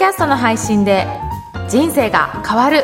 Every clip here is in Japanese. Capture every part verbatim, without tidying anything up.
ャストの配信で人生が変わる。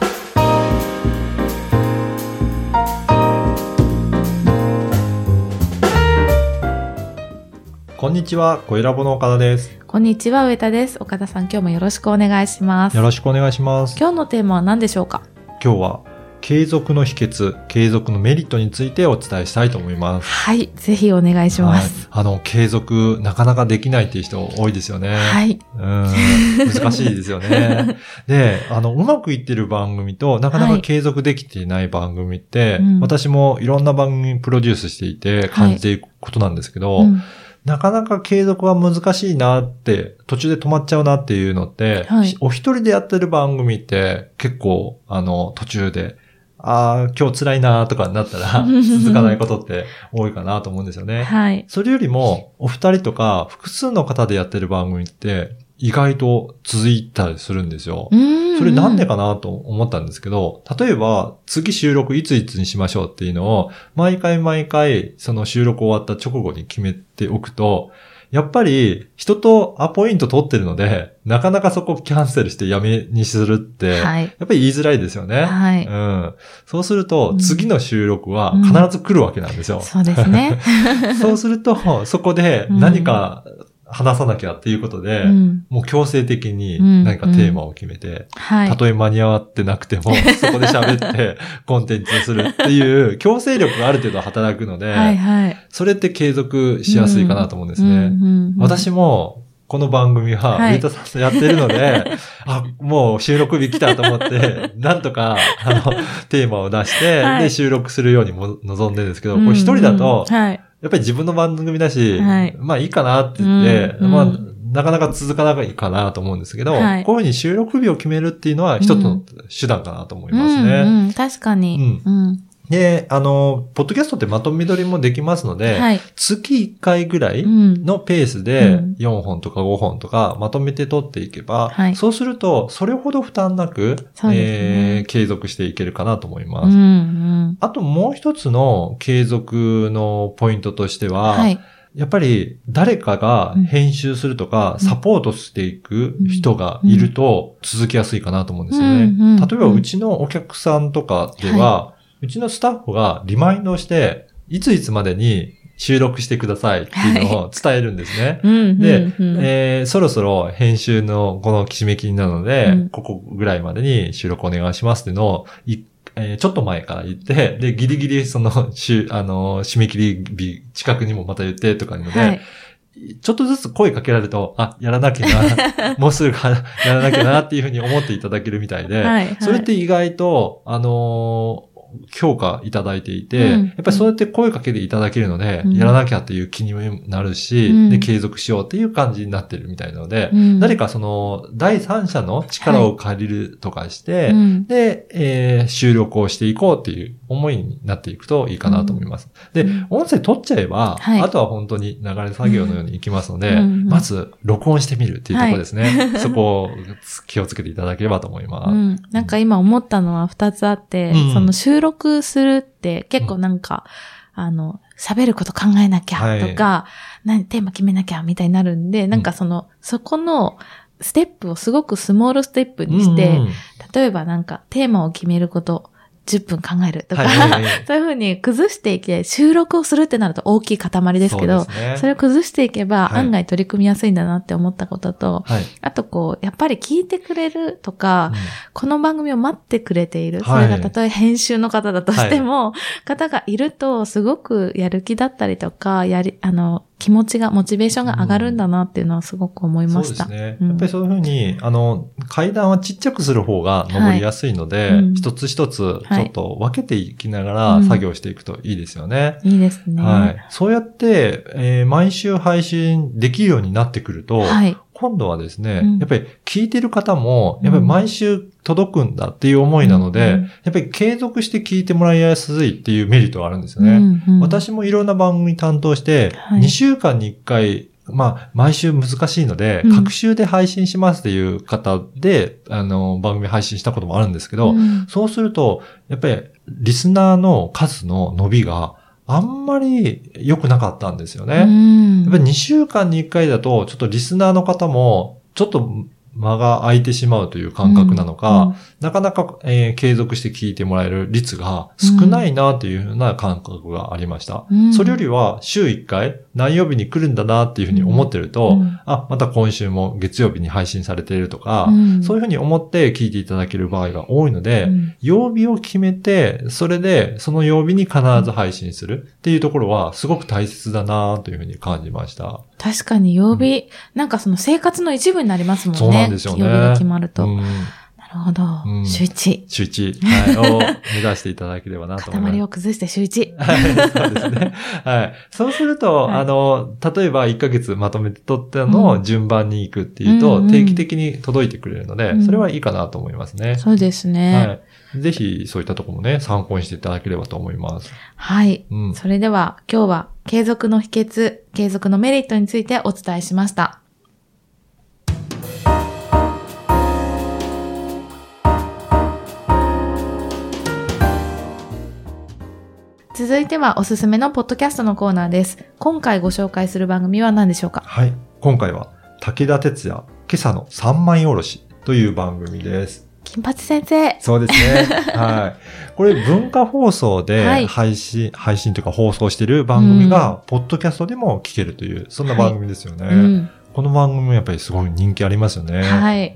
こんにちは、声ラボの岡田です。 こんにちは、上田です。岡田さん、今日もよろしくお願いします。 よろしくお願いします。 今日のテーマは何でしょうか？ 今日は継続の秘訣、継続のメリットについてお伝えしたいと思います。 はい、ぜひお願いします。 はい、あの、継続なかなかできないっていう人多いですよね。 はい。 うん、難しいですよね。で、あの、うまくいってる番組となかなか継続できていない番組って、はい、うん、私もいろんな番組プロデュースしていて感じていくことなんですけど、はい、うん、なかなか継続は難しいなって、途中で止まっちゃうなっていうのって、はい、お一人でやってる番組って結構、あの、途中で、ああ、今日辛いなとかになったら続かないことって多いかなと思うんですよね。はい。それよりも、お二人とか複数の方でやってる番組って意外と続いたりするんですよ。それなんでかなと思ったんですけど、例えば次収録いついつにしましょうっていうのを毎回毎回その収録終わった直後に決めておくと、やっぱり人とアポイント取ってるので、なかなかそこキャンセルしてやめにするって、はい、やっぱり言いづらいですよね。はい。うん。そうすると、次の収録は必ず来るわけなんですよ。うんうん、そうですね。そうすると、そこで何か話さなきゃっていうことで、うん、もう強制的に何かテーマを決めて、うんうんはい、たとえ間に合ってなくても、そこで喋ってコンテンツにするっていう強制力がある程度働くので、はいはい、それって継続しやすいかなと思うんですね。うんうんうんうん、私も、この番組は、上田さんとやってるので、はい、あ、もう収録日来たと思って、なんとか、あの、テーマを出して、はい、で、収録するようにも望んでるんですけど、これ一人だと、うんうんはいやっぱり自分の番組だし、はい、まあいいかなって言って、うんうん、まあなかなか続かないかなと思うんですけど、はい、こういうふうに収録日を決めるっていうのは一つの手段かなと思いますね。 うんうん、確かに、 うんうん。で、あの、ポッドキャストってまとめ撮りもできますので、はい、月いっかいぐらいのペースでよんほんとかごほんとかまとめて撮っていけば、はい、そうするとそれほど負担なく、ねえー、継続していけるかなと思います。うんうん、あともう一つの継続のポイントとしては、はいやっぱり誰かが編集するとかサポートしていく人がいると続きやすいかなと思うんですよね。例えばうちのお客さんとかでは、はいうちのスタッフがリマインドをして、いついつまでに収録してくださいっていうのを伝えるんですね。はい、で、えー、そろそろ編集のこの締め切りなので、うん、ここぐらいまでに収録お願いしますっていうのを、えー、ちょっと前から言って、で、ギリギリその、しあの、締め切り日近くにもまた言ってとかいうので、はいちょっとずつ声かけられると、あ、やらなきゃな、もうすぐやらなきゃなっていうふうに思っていただけるみたいで、はいはい、それって意外と、あのー、評価いただいていて、うん、やっぱりそうやって声かけていただけるので、うん、やらなきゃっていう気にもなるし、うん、で、継続しようっていう感じになってるみたいなので、うん、誰かその、第三者の力を借りるとかして、はい、で、えー、収録をしていこうっていう思いになっていくといいかなと思います。うん、で、音声取っちゃえば、はい、あとは本当に流れ作業のようにいきますので、うん、まず、録音してみるっていうところですね。はい、そこを気をつけていただければと思います。うん、 なんか今思ったのは二つあって、うん、その収録収録するって結構なんか、うん、あの、喋ること考えなきゃとか、はい、何テーマ決めなきゃみたいになるんで、なんかその、うん、そこのステップをすごくスモールステップにして、うんうん、例えばなんかテーマを決めること、じゅっぷん考えるとか、はいはいはい、そういうふうに崩していけ、収録をするってなると大きい塊ですけど、 そ, ね、それを崩していけば案外取り組みやすいんだなって思ったことと、はい、あとこう、やっぱり聞いてくれるとか、うん、この番組を待ってくれている、それがたとえ編集の方だとしても、はい、方がいるとすごくやる気だったりとか、やり、あの、気持ちが、モチベーションが上がるんだなっていうのはすごく思いました。 うん、そうですね。うん、やっぱりそういうふうに、あの、階段はちっちゃくする方が登りやすいので、はいうん、一つ一つちょっと分けていきながら作業していくといいですよね。 うん、いいですね。 はい。そうやって、えー、毎週配信できるようになってくると、はい、今度はですね、うん、やっぱり聞いてる方も、やっぱり毎週届くんだっていう思いなので、うん、やっぱり継続して聞いてもらいやすいっていうメリットがあるんですよね。うんうん、私もいろんな番組担当して、はい、にしゅうかんにいっかい、まあ、毎週難しいので、うん、各週で配信しますっていう方で、あの、番組配信したこともあるんですけど、うん、そうすると、やっぱりリスナーの数の伸びが、あんまり良くなかったんですよね。やっぱりにしゅうかんにいっかいだと、ちょっとリスナーの方も、ちょっと間が空いてしまうという感覚なのか、 うんうん、 なかなか、えー、継続して聞いてもらえる率が少ないなというような感覚がありました。うん、それよりは週いっかい何曜日に来るんだなっていうふうに思ってると、うん、あ、また今週も月曜日に配信されているとか、うん、そういうふうに思って聞いていただける場合が多いので、うん、曜日を決めて、それでその曜日に必ず配信するっていうところはすごく大切だなというふうに感じました。 確かに曜日、うん、なんかその生活の一部になりますもんね。 そうなんですよね。 曜日が決まると。うんなるほど。 うん、 週一。 週一、はい、を目指していただければなと思います。 塊を崩して週一。 はい、そうですね。はい。そうすると、はい、あの、例えばいっかげつまとめて取ったのを順番に行くっていうと、うん、定期的に届いてくれるので、うん、それはいいかなと思いますね。 そうですね。 はい。ぜひ、そういったところもね、参考にしていただければと思います。 はい。うん、それでは、今日は継続の秘訣、継続のメリットについてお伝えしました。続いてはおすすめのポッドキャストのコーナーです。今回ご紹介する番組は何でしょうか？ はい。今回は武田鉄矢、今朝の三枚おろしという番組です。 金八先生。 そうですね。はい。これ文化放送で配信、はい、配信というか放送している番組が、ポッドキャストでも聞けるという、そんな番組ですよね。はいうん、この番組もやっぱりすごい人気ありますよね。 はい。 うん。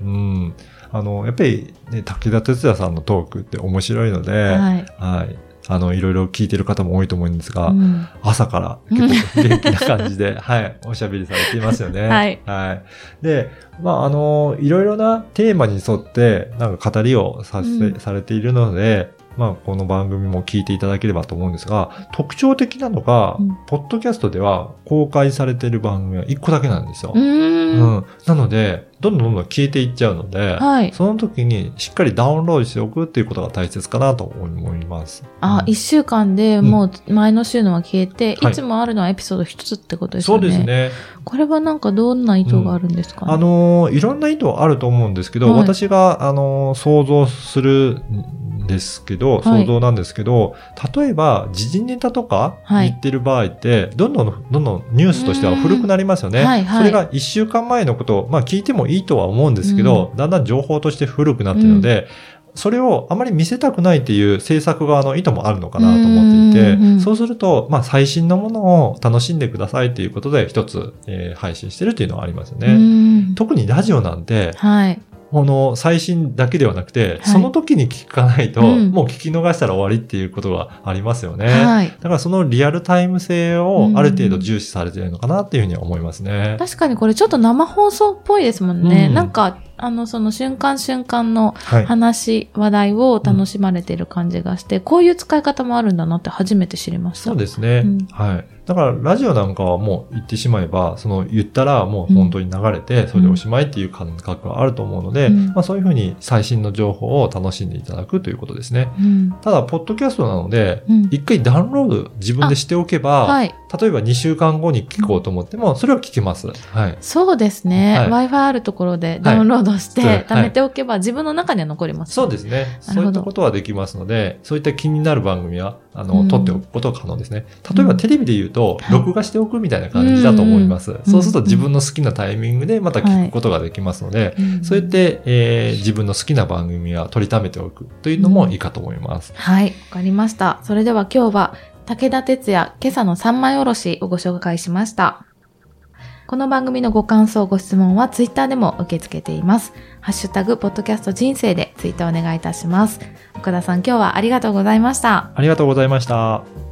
あの、やっぱりね、武田鉄矢さんのトークって面白いので、はい。はいあの、いろいろ聞いてる方も多いと思うんですが、うん、朝から結構元気な感じで、はい、おしゃべりされていますよね。 はい。 はい。で、まあ、あの、いろいろなテーマに沿って、なんか語りをさせ、うん、されているので、まあ、この番組も聞いていただければと思うんですが、特徴的なのが、うん、ポッドキャストでは公開されている番組はいっこだけなんですよ。 うーん、 うん。なので、どんどんどんどん消えていっちゃうので、はい、その時にしっかりダウンロードしておくっていうことが大切かなと思います。 あ、一、うん、週間でもう前の週のは消えて、うん、いつもあるのはエピソード一つってことですよね。そうですね。これはなんかどんな意図があるんですかね、 うん、あの、いろんな意図あると思うんですけど、はい、私が、あの、想像するんですけど、想像なんですけど、はい、例えば、時事ネタとか言ってる場合って、はい、どんどん、どんどんニュースとしては古くなりますよね。はいはい、それが一週間前のことを、まあ聞いてもいいとは思うんですけど、うん、だんだん情報として古くなっているので、うん、それをあまり見せたくないっていう制作側の意図もあるのかなと思っていて、うんうん、そうすると、まあ最新のものを楽しんでくださいということで一つ、えー、配信してるっていうのはありますよね。うん、特にラジオなんて、はい、この最新だけではなくて、はい、その時に聞かないと、うん、もう聞き逃したら終わりっていうことがありますよね。はい、だからそのリアルタイム性をある程度重視されているのかなっていうふうには思いますね。 うん、確かにこれちょっと生放送っぽいですもんね。うん、なんか、あの、その瞬間瞬間の話、はい、話題を楽しまれている感じがして、うん、こういう使い方もあるんだなって初めて知りました。 そうですね。うん、はい。だから、ラジオなんかはもう言ってしまえば、その言ったらもう本当に流れて、それでおしまいっていう感覚があると思うので、うん、まあそういうふうに最新の情報を楽しんでいただくということですね。うん、ただ、ポッドキャストなので、一、うん、回ダウンロード自分でしておけば、はい、例えばにしゅうかんごに聞こうと思っても、それは聞けます。はい。 そうですね。はい、Wi-Fi あるところでダウンロードして、はい、貯めておけば、自分の中には残ります、ね。 そうですね。そういったことはできますので、そういった気になる番組は、あの、うん、撮っておくことが可能ですね。例えばテレビで言うと、うん、録画しておくみたいな感じだと思います。はい、そうすると自分の好きなタイミングでまた聞くことができますので、はい、そうやって、えー、自分の好きな番組は取りためておくというのもいいかと思います。 うん、はい、わかりました。それでは今日は、武田鉄矢、今朝の三枚おろしをご紹介しました。この番組のご感想、ご質問はツイッターでも受け付けています。ハッシュタグ、ポッドキャスト人生でツイートお願いいたします。岡田さん、今日はありがとうございました。 ありがとうございました。